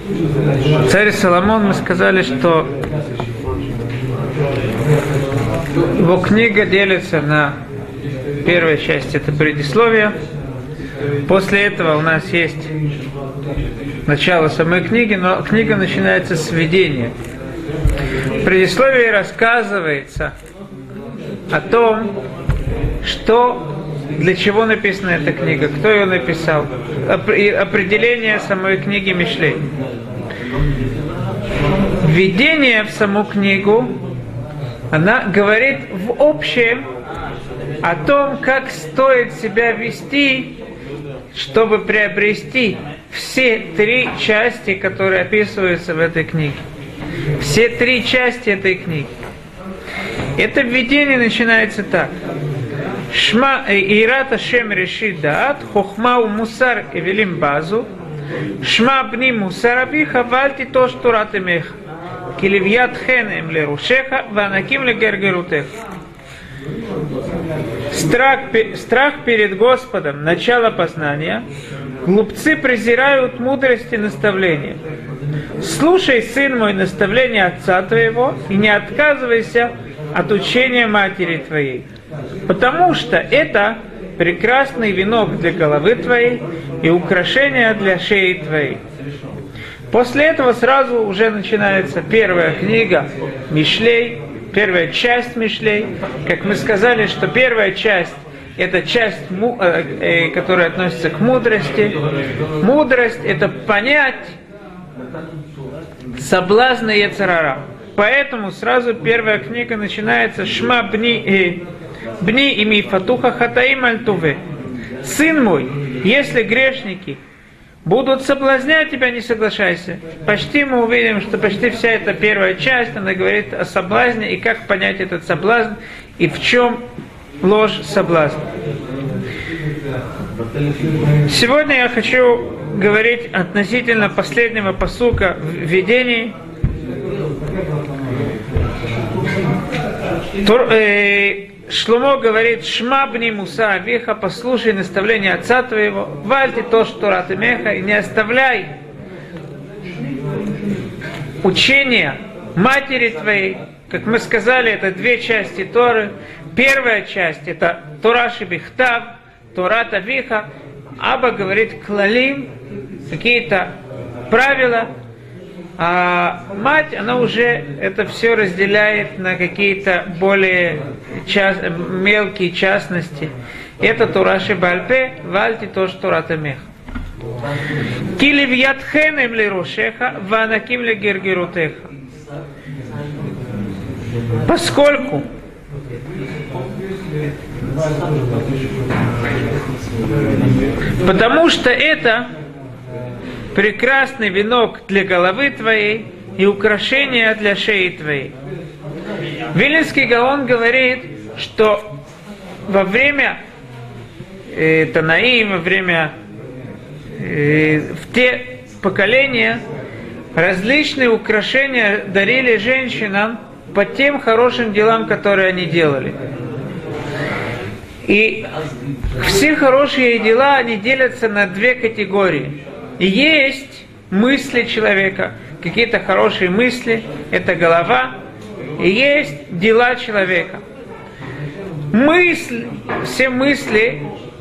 Царь Соломон, мы сказали, что его книга делится на первую часть, это предисловие. После этого у нас есть начало самой книги, но книга начинается с введения. В предисловии рассказывается о том, для чего написана эта книга, кто ее написал, определение самой книги Мишлей. Введение в саму книгу, она говорит в общем о том, как стоит себя вести, чтобы приобрести все три части, которые описываются в этой книге. Все три части этой книги. Это введение начинается так. Шма Ират Ашем решит даат, хохма у мусар эвелим базу, шма бни мусар абиха, вальти тош турат эмеха, киливьят хенем лерушеха, ванаким легергерутеха. Страх перед Господом, начало познания. Глупцы презирают мудрость и наставление. Слушай, сын мой, наставление отца твоего, и не отказывайся от учения матери твоей, потому что это прекрасный венок для головы твоей и украшение для шеи твоей. После этого сразу уже начинается первая книга Мишлей, первая часть Мишлей. Как мы сказали, что первая часть – это часть, которая относится к мудрости. Мудрость – это понять соблазны Йецер-Ара. Поэтому сразу первая книга начинается «Шма бни ими фатуха хатаим аль-туве». Сын мой, если грешники будут соблазнять тебя, не соглашайся. Почти мы увидим, что почти вся эта первая часть, она говорит о соблазне и как понять этот соблазн, и в чем ложь соблазна. Сегодня я хочу говорить относительно последнего пасука в введении. Шломо говорит: «Шма бни Муса авиха, послушай наставление отца твоего, вальти тош турат эмеха, и не оставляй учения матери твоей». Как мы сказали, это две части Торы. Первая часть – это Тора шебихтав, Торат авиха. Аба говорит клалим, какие-то правила. А мать, она уже это все разделяет на какие-то более мелкие частности. Это Тора шебальпе, вальти тош турат эмеха. Килив ядхенем лерошеха, ванаким легергерутеха. Поскольку потому что это прекрасный венок для головы твоей и украшение для шеи твоей. Вилнинский Гаон говорит, что во время Танаим, во время в те поколения различные украшения дарили женщинам по тем хорошим делам, которые они делали. И все хорошие дела, они делятся на две категории. Есть мысли человека, какие-то хорошие мысли, это голова, и есть дела человека. Все мысли,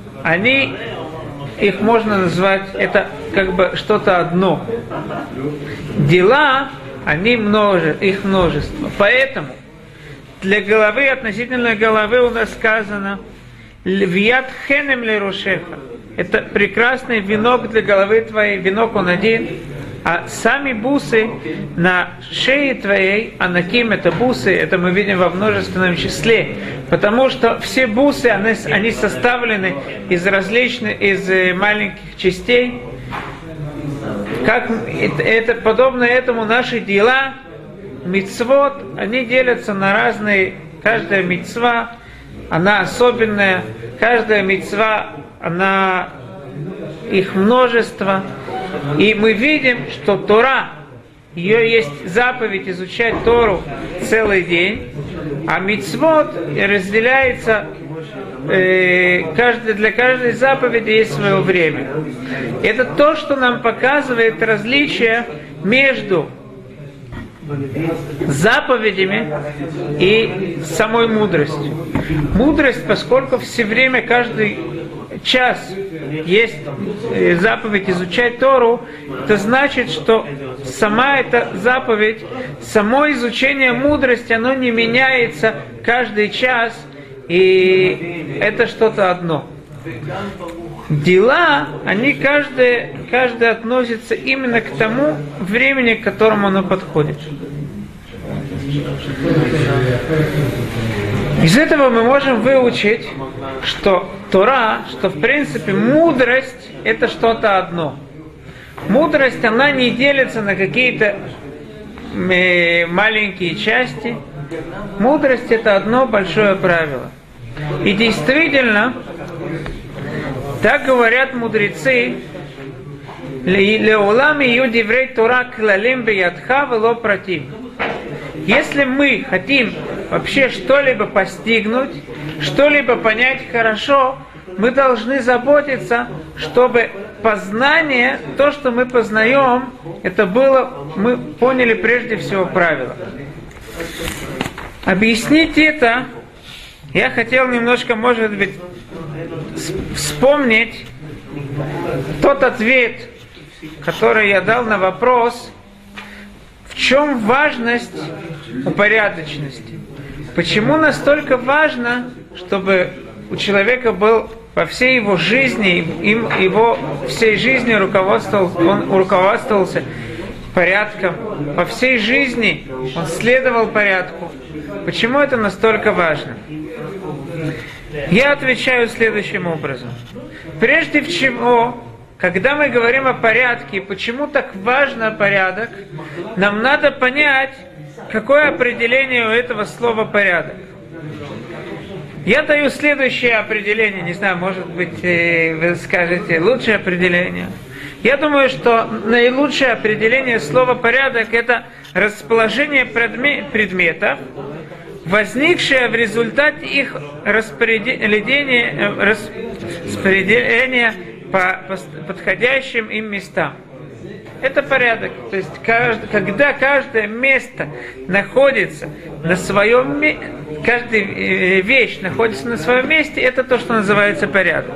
их можно назвать, это как бы что-то одно. Дела, их множество. Поэтому для головы, относительно головы у нас сказано «Львият хенем лерошеха». Это прекрасный венок для головы твоей, венок он один, а сами бусы на шее твоей, анаким это бусы, это мы видим во множественном числе, потому что все бусы, они составлены из маленьких частей. Как это подобно этому наши дела, мицвот, они делятся на разные, каждая мицва, она особенная, каждая мицва, их множество. И мы видим, что Тора, ее есть заповедь изучать Тору целый день, а мицвот разделяется, для каждой заповеди есть свое время. Это то, что нам показывает различие между заповедями и самой мудростью. Мудрость, поскольку все время, каждый час есть заповедь изучать Тору, это значит, что сама эта заповедь, само изучение мудрости, оно не меняется каждый час, и это что-то одно. Дела, они каждый относится именно к тому времени, к которому оно подходит. Из этого мы можем выучить, что Тора, что в принципе мудрость это что-то одно. Мудрость, она не делится на какие-то маленькие части. Мудрость это одно большое правило. И действительно, так говорят мудрецы, «Леулам ию диврей Тора клалим биядха вело против». Если мы хотим вообще что-либо постигнуть, что-либо понять хорошо, мы должны заботиться, чтобы познание, то, что мы познаем, это было, мы поняли прежде всего правила. Объяснить это, я хотел немножко, может быть, вспомнить тот ответ, который я дал на вопрос, в чем важность упорядоченности. Почему настолько важно, чтобы у человека был во всей его жизни, его всей жизни он руководствовался порядком, во всей жизни он следовал порядку. Почему это настолько важно? Я отвечаю следующим образом. Прежде всего, когда мы говорим о порядке, почему так важно порядок, нам надо понять, какое определение у этого слова «порядок». Я даю следующее определение, не знаю, может быть, вы скажете лучшее определение. Я думаю, что наилучшее определение слова «порядок» — это расположение предметов, возникшее в результате их распределения по подходящим им местам. Это порядок. То есть, когда каждое место находится на своем месте, каждая вещь находится на своем месте, это то, что называется порядок.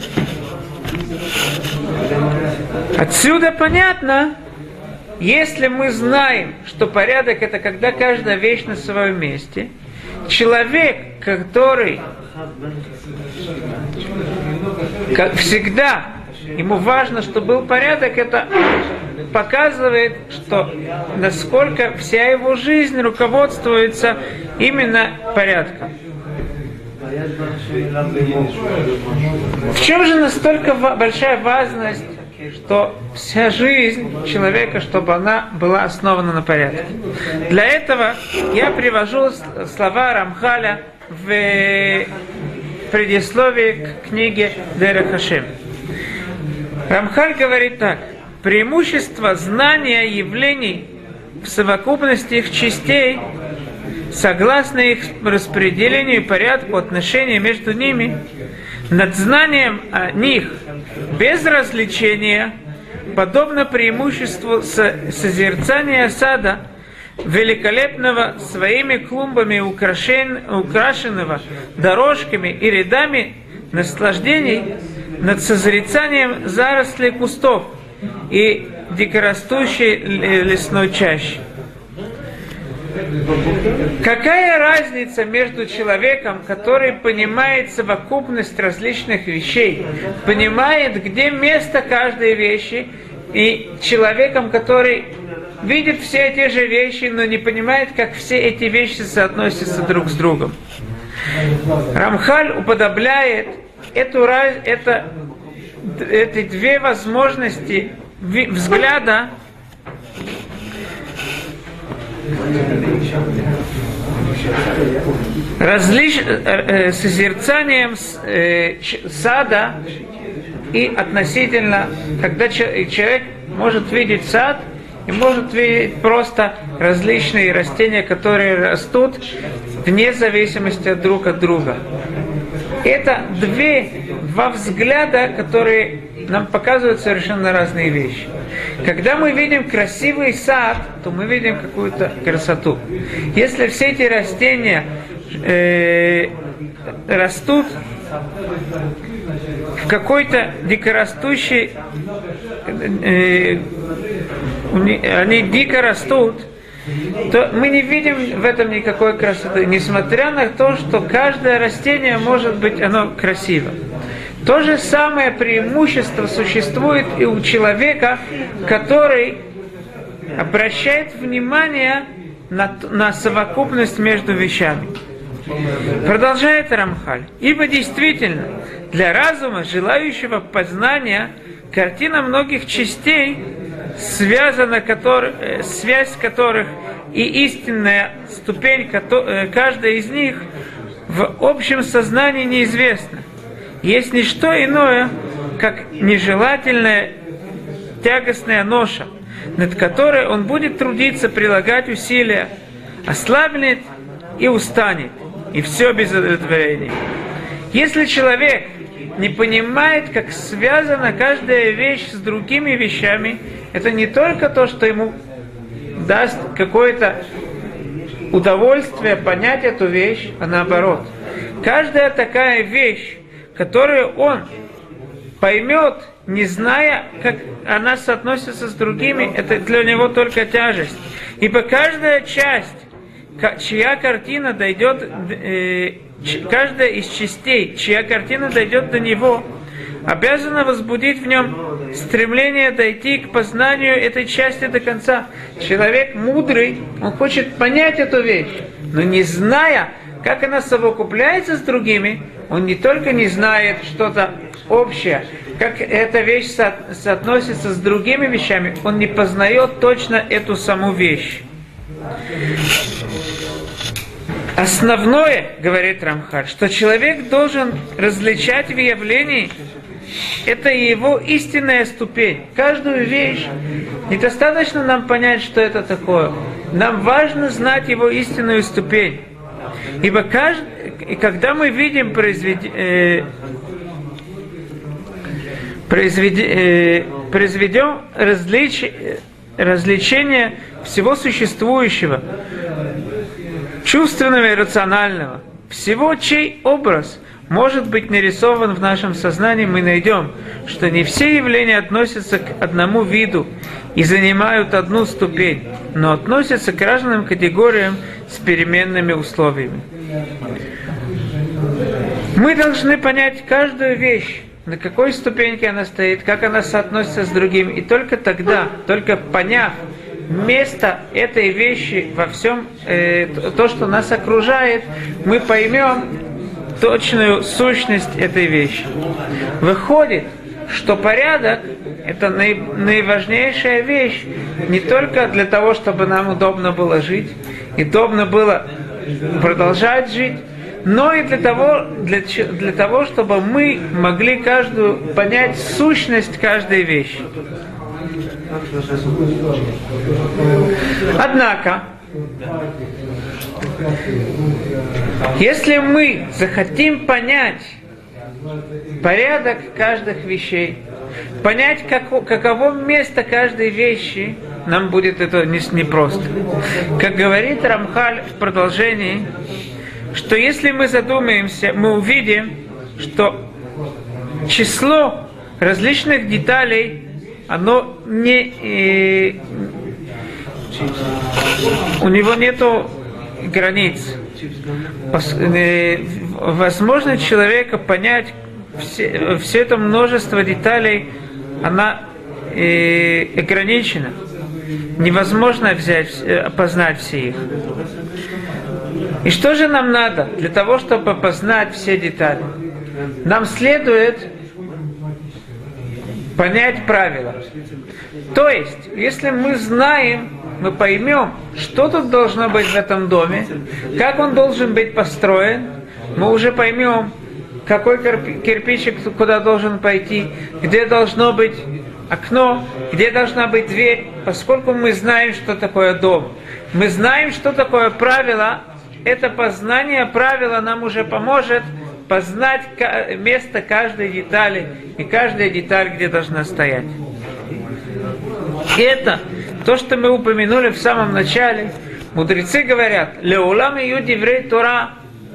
Отсюда понятно, если мы знаем, что порядок это когда каждая вещь на своем месте, человек, который как всегда ему важно, чтобы был порядок, это показывает, что насколько вся его жизнь руководствуется именно порядком. В чем же настолько большая важность, что вся жизнь человека, чтобы она была основана на порядке? Для этого я привожу слова Рамхаля в предисловии к книге Дерех Хашем. Рамхаль говорит так: преимущество знания явлений в совокупности их частей, согласно их распределению и порядку отношений между ними, над знанием о них без развлечения, подобно преимуществу созерцания сада, великолепного своими клумбами украшенного дорожками и рядами наслаждений, над созерцанием зарослей кустов и дикорастущей лесной чащи. Какая разница между человеком, который понимает совокупность различных вещей, понимает, где место каждой вещи, и человеком, который видит все те же вещи, но не понимает, как все эти вещи соотносятся друг с другом? Рамхаль уподобляет эти две возможности взгляда созерцанием сада и относительно, когда человек может видеть сад и может видеть просто различные растения, которые растут вне зависимости друг от друга. Это два взгляда, которые нам показывают совершенно разные вещи. Когда мы видим красивый сад, то мы видим какую-то красоту. Если все эти растения растут в какой-то дикорастущей, они дико растут, то мы не видим в этом никакой красоты, несмотря на то, что каждое растение может быть, оно красиво. То же самое преимущество существует и у человека, который обращает внимание на совокупность между вещами. Продолжает Рамхаль. Ибо действительно, для разума, желающего познания, картина многих частей, связь которых и истинная ступень каждой из них в общем сознании неизвестна. Есть не что иное, как нежелательная тягостная ноша, над которой он будет трудиться, прилагать усилия, ослабнет и устанет, и все без удовлетворения. Если человек не понимает, как связана каждая вещь с другими вещами, это не только то, что ему даст какое-то удовольствие понять эту вещь, а наоборот. Каждая такая вещь, которую он поймет, не зная, как она соотносится с другими, это для него только тяжесть. Ибо каждая часть, чья картина дойдет, каждая из частей, чья картина дойдет до него, обязана возбудить в нем стремление дойти к познанию этой части до конца. Человек мудрый, он хочет понять эту вещь, но не зная, как она совокупляется с другими, он не только не знает что-то общее, как эта вещь соотносится с другими вещами, он не познает точно эту саму вещь. Основное, говорит Рамхаль, что человек должен различать в явлении, это его истинная ступень. Каждую вещь недостаточно нам понять, что это такое. Нам важно знать его истинную ступень. Ибо когда мы видим произведем развлечение всего существующего, чувственного и рационального, всего, чей образ может быть нарисован в нашем сознании, мы найдем, что не все явления относятся к одному виду и занимают одну ступень, но относятся к разным категориям с переменными условиями. Мы должны понять каждую вещь, на какой ступеньке она стоит, как она соотносится с другим, и только тогда, только поняв место этой вещи во всем, то, что нас окружает, мы поймем точную сущность этой вещи. Выходит, что порядок – это наиважнейшая вещь не только для того, чтобы нам удобно было жить, и удобно было продолжать жить, но и для того, чтобы мы могли понять сущность каждой вещи. Однако, если мы захотим понять порядок каждых вещей, понять, каково место каждой вещи, нам будет это непросто. Как говорит Рамхаль в продолжении, что если мы задумаемся, мы увидим, что число различных деталей, оно у него нету границ. Возможно человека понять все это множество деталей, она ограничена. Невозможно познать все их. И что же нам надо для того, чтобы познать все детали? Нам следует понять правила. То есть, если мы знаем, мы поймем, что тут должно быть в этом доме, как он должен быть построен, мы уже поймем, какой кирпичик куда должен пойти, где должно быть окно, где должна быть дверь, поскольку мы знаем, что такое дом. Мы знаем, что такое правило. Это познание правила нам уже поможет познать место каждой детали и каждая деталь, где должна стоять. Это то, что мы упомянули в самом начале. Мудрецы говорят: «Леулам ию диврей Тора,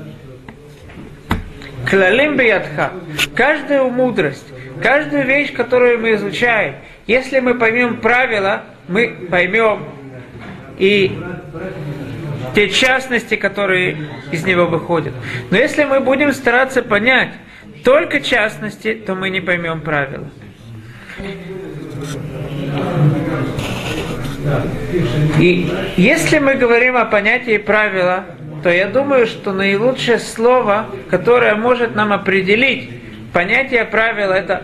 клалим биядха». Каждую мудрость, каждую вещь, которую мы изучаем, если мы поймем правила, мы поймем и те частности, которые из него выходят. Но если мы будем стараться понять только частности, то мы не поймем правила. И если мы говорим о понятии правила, то я думаю, что наилучшее слово, которое может нам определить понятие правила, это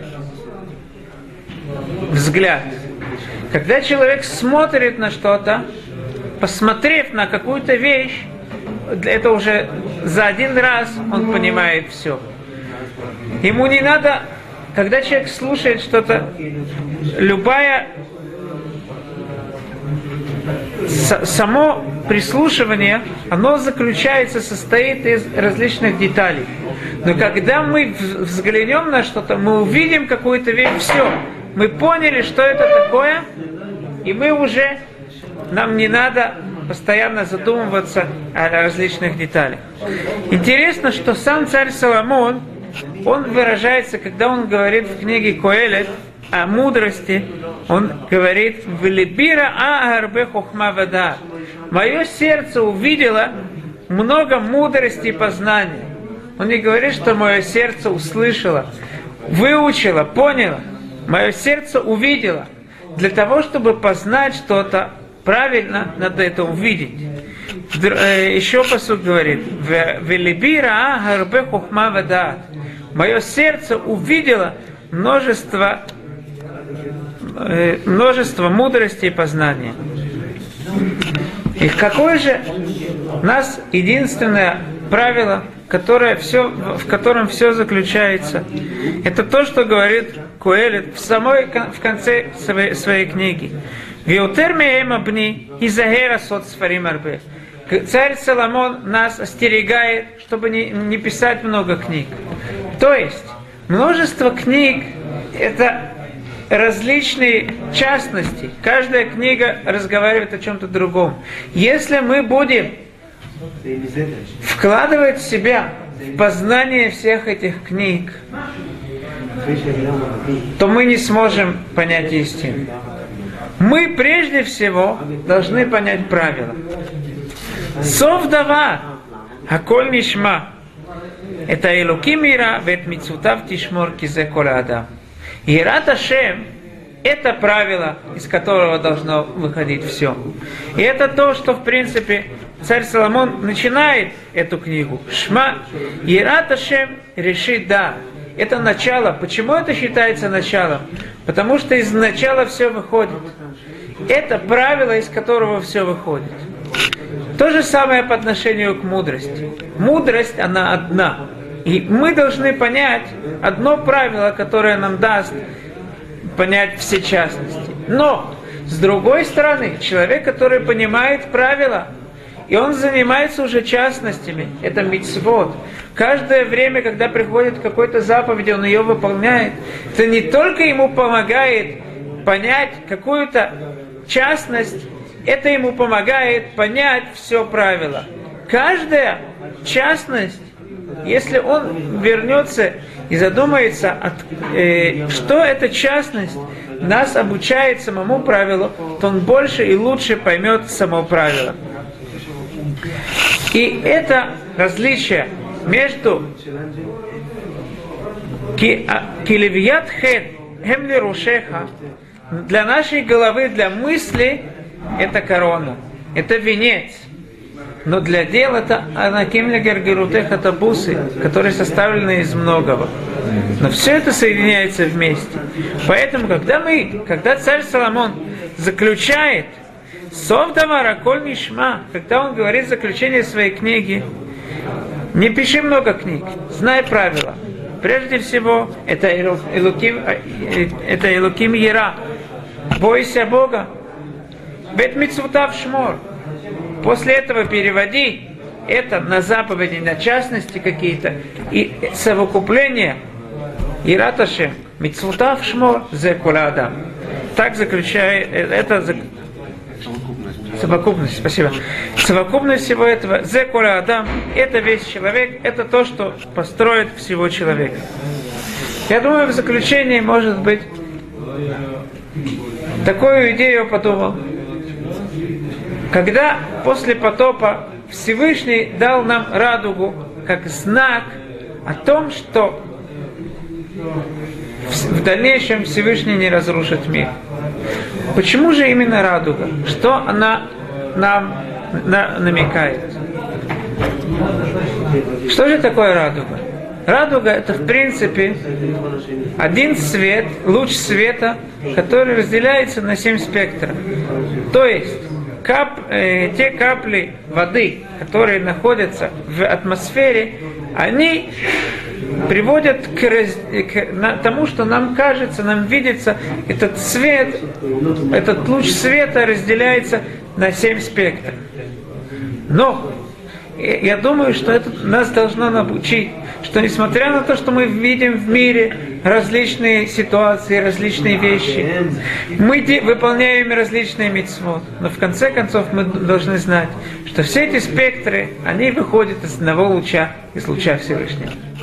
взгляд. Когда человек смотрит на что-то, посмотрев на какую-то вещь, это уже за один раз он понимает все. Ему не надо, когда человек слушает что-то, любая само прислушивание, оно состоит из различных деталей. Но когда мы взглянем на что-то, мы увидим какую-то вещь, все, мы поняли, что это такое, и нам не надо постоянно задумываться о различных деталях. Интересно, что сам царь Соломон, он выражается, когда он говорит в книге Коэлет о мудрости, он говорит: «Велибира аарбе хохма вада». Мое сердце увидело много мудрости и познания. Он не говорит, что мое сердце услышало, выучило, поняло. Мое сердце увидело. Для того, чтобы познать что-то правильно, надо это увидеть. Еще пасук говорит: «Велибира аарбе хохма вада». Мое сердце увидело множество мудрости и познания. И какое же у нас единственное правило, в котором все заключается? Это то, что говорит Коэлет в конце своей книги. Царь Соломон нас остерегает, чтобы не писать много книг. То есть, множество книг – это различные частности. Каждая книга разговаривает о чем-то другом. Если мы будем вкладывать в себя в познание всех этих книг, то мы не сможем понять истину. Мы прежде всего должны понять правила. Сов дава, аколь нишма. Это элоким ира, вет мицутав тишмор кизе коля адам. Ират Ашем – это правило, из которого должно выходить все. И это то, что, в принципе, царь Соломон начинает эту книгу. Шма, Ират Ашем решит да. Это начало. Почему это считается началом? Потому что из начала все выходит. Это правило, из которого все выходит. То же самое по отношению к мудрости. Мудрость, она одна. И мы должны понять одно правило, которое нам даст понять все частности. Но, с другой стороны, человек, который понимает правила, и он занимается уже частностями, это мицвот. Каждое время, когда приходит какой-то заповедь, он ее выполняет. Это не только ему помогает понять какую-то частность, это ему помогает понять все правила. Каждая частность, если он вернется и задумается, что эта частность нас обучает самому правилу, то он больше и лучше поймет само правило. И это различие между килевият хем лерушеха, для нашей головы, для мысли, это корона, это венец. Но для дела это анаким легергерутех, это бусы, которые составлены из многого. Но все это соединяется вместе. Поэтому, когда царь Соломон заключает Совдавара коль нишма, когда он говорит заключение своей книги, не пиши много книг, знай правила. Прежде всего, это Элоким Ера. Бойся Бога. Бет мицвутав шмор. После этого переводи это на заповеди, на частности какие-то, и совокупление Ират Ашем, мицвутав шмор зе коля адам. так заключает, это совокупность, спасибо. Совокупность всего этого, зе коля адам, это весь человек, это то, что построит всего человека. Я думаю, в заключении, может быть, такую идею я подумал. Когда после потопа Всевышний дал нам радугу как знак о том, что в дальнейшем Всевышний не разрушит мир. Почему же именно радуга? Что она нам намекает? Что же такое радуга? Радуга — это, в принципе, один свет, луч света, который разделяется на 7 спектров. То есть, те капли воды, которые находятся в атмосфере, они приводят к тому, что нам кажется, нам видится, этот свет, этот луч света разделяется на 7 спектров. Но я думаю, что это нас должно научить, что несмотря на то, что мы видим в мире различные ситуации, различные вещи, мы выполняем различные мицвот, но в конце концов мы должны знать, что все эти спектры, они выходят из одного луча, из луча Всевышнего.